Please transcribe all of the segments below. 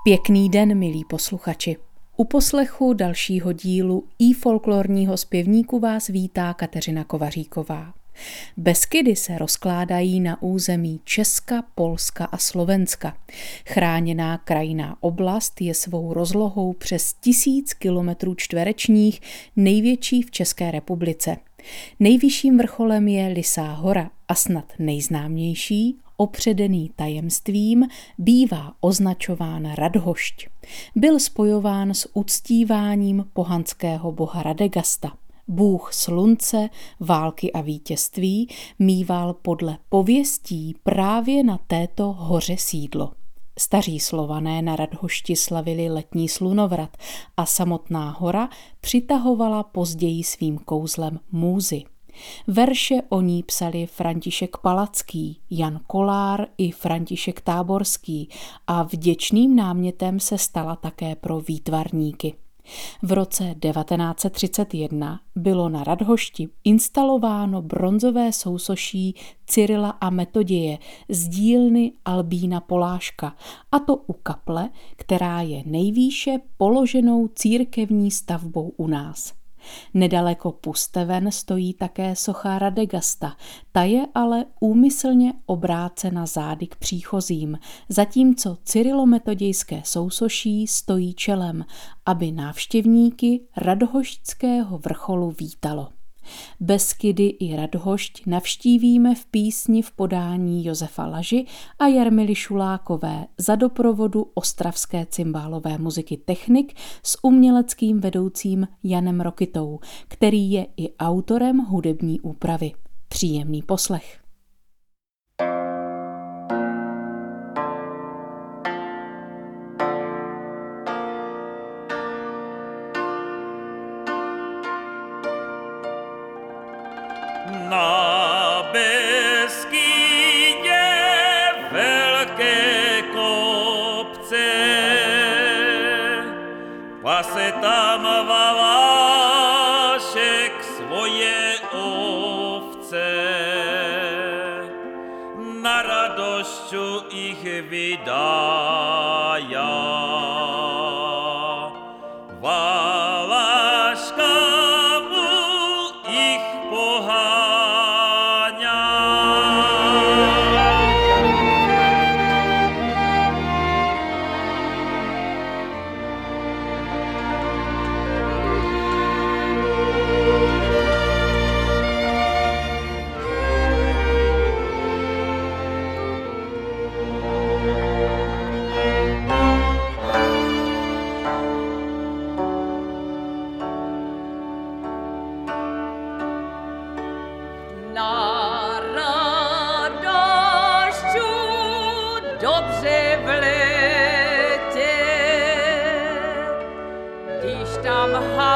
Pěkný den, milí posluchači. U poslechu dalšího dílu folklorního zpěvníku vás vítá Kateřina Kovaříková. Beskydy se rozkládají na území Česka, Polska a Slovenska. Chráněná krajinná oblast je svou rozlohou přes 1000 kilometrů čtverečních největší v České republice. Nejvyšším vrcholem je Lysá hora a snad nejznámější, opředený tajemstvím, bývá označován Radhošť. Byl spojován s uctíváním pohanského boha Radegasta. Bůh slunce, války a vítězství míval podle pověstí právě na této hoře sídlo. Staří Slované na Radhošti slavili letní slunovrat a samotná hora přitahovala později svým kouzlem můzy. Verše o ní psali František Palacký, Jan Kolár i František Táborský a vděčným námětem se stala také pro výtvarníky. V roce 1931 bylo na Radhošti instalováno bronzové sousoší Cyrila a Metoděje z dílny Albína Poláška, a to u kaple, která je nejvýše položenou církevní stavbou u nás. Nedaleko Pusteven stojí také socha Radegasta, ta je ale úmyslně obrácena zády k příchozím, zatímco cyrilometodějské sousoší stojí čelem, aby návštěvníky Radhošťského vrcholu vítalo. Beskydy i Radhošť navštívíme v písni v podání Josefa Laži a Jarmily Šulákové za doprovodu ostravské cymbálové muziky Technik s uměleckým vedoucím Janem Rokytou, který je i autorem hudební úpravy. Příjemný poslech. Na Beskydě velké kopce, pase tam Valašek svoje ovce. Na Radhošťu ich vydája. Na Radhošťu dobře v létě, když tam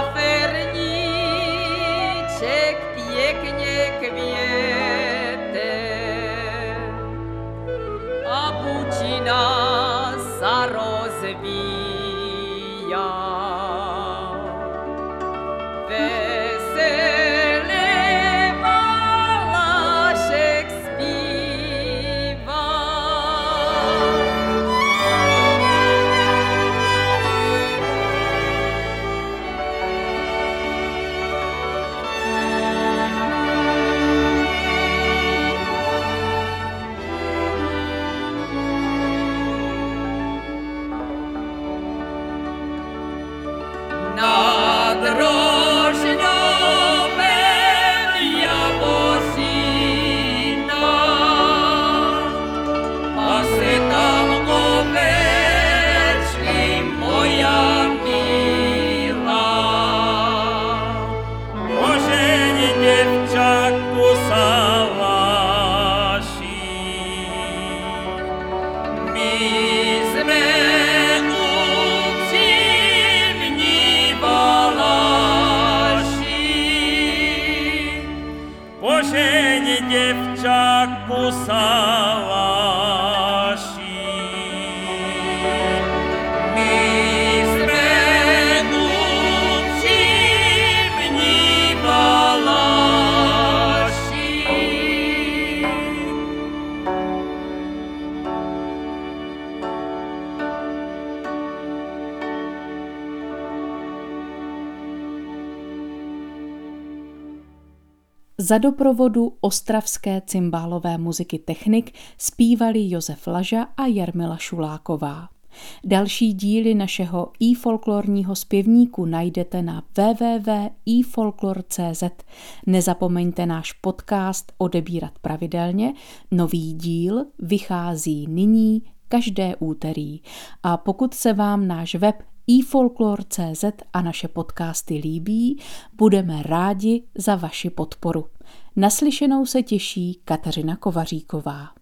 haferníček pěkně květe a bučina zarozvíja. Děvčáku Salaši. My jsme upřímní Valaši. Za doprovodu ostravské cymbálové muziky Technik zpívali Josef Laža a Jarmila Šuláková. Další díly našeho iFolklorního zpěvníku najdete na www.ifolklor.cz. Nezapomeňte náš podcast odebírat pravidelně. Nový díl vychází nyní každé úterý. A pokud se vám náš web ifolklor.cz a naše podcasty líbí, budeme rádi za vaši podporu. Naslyšenou se těší Kateřina Kovaříková.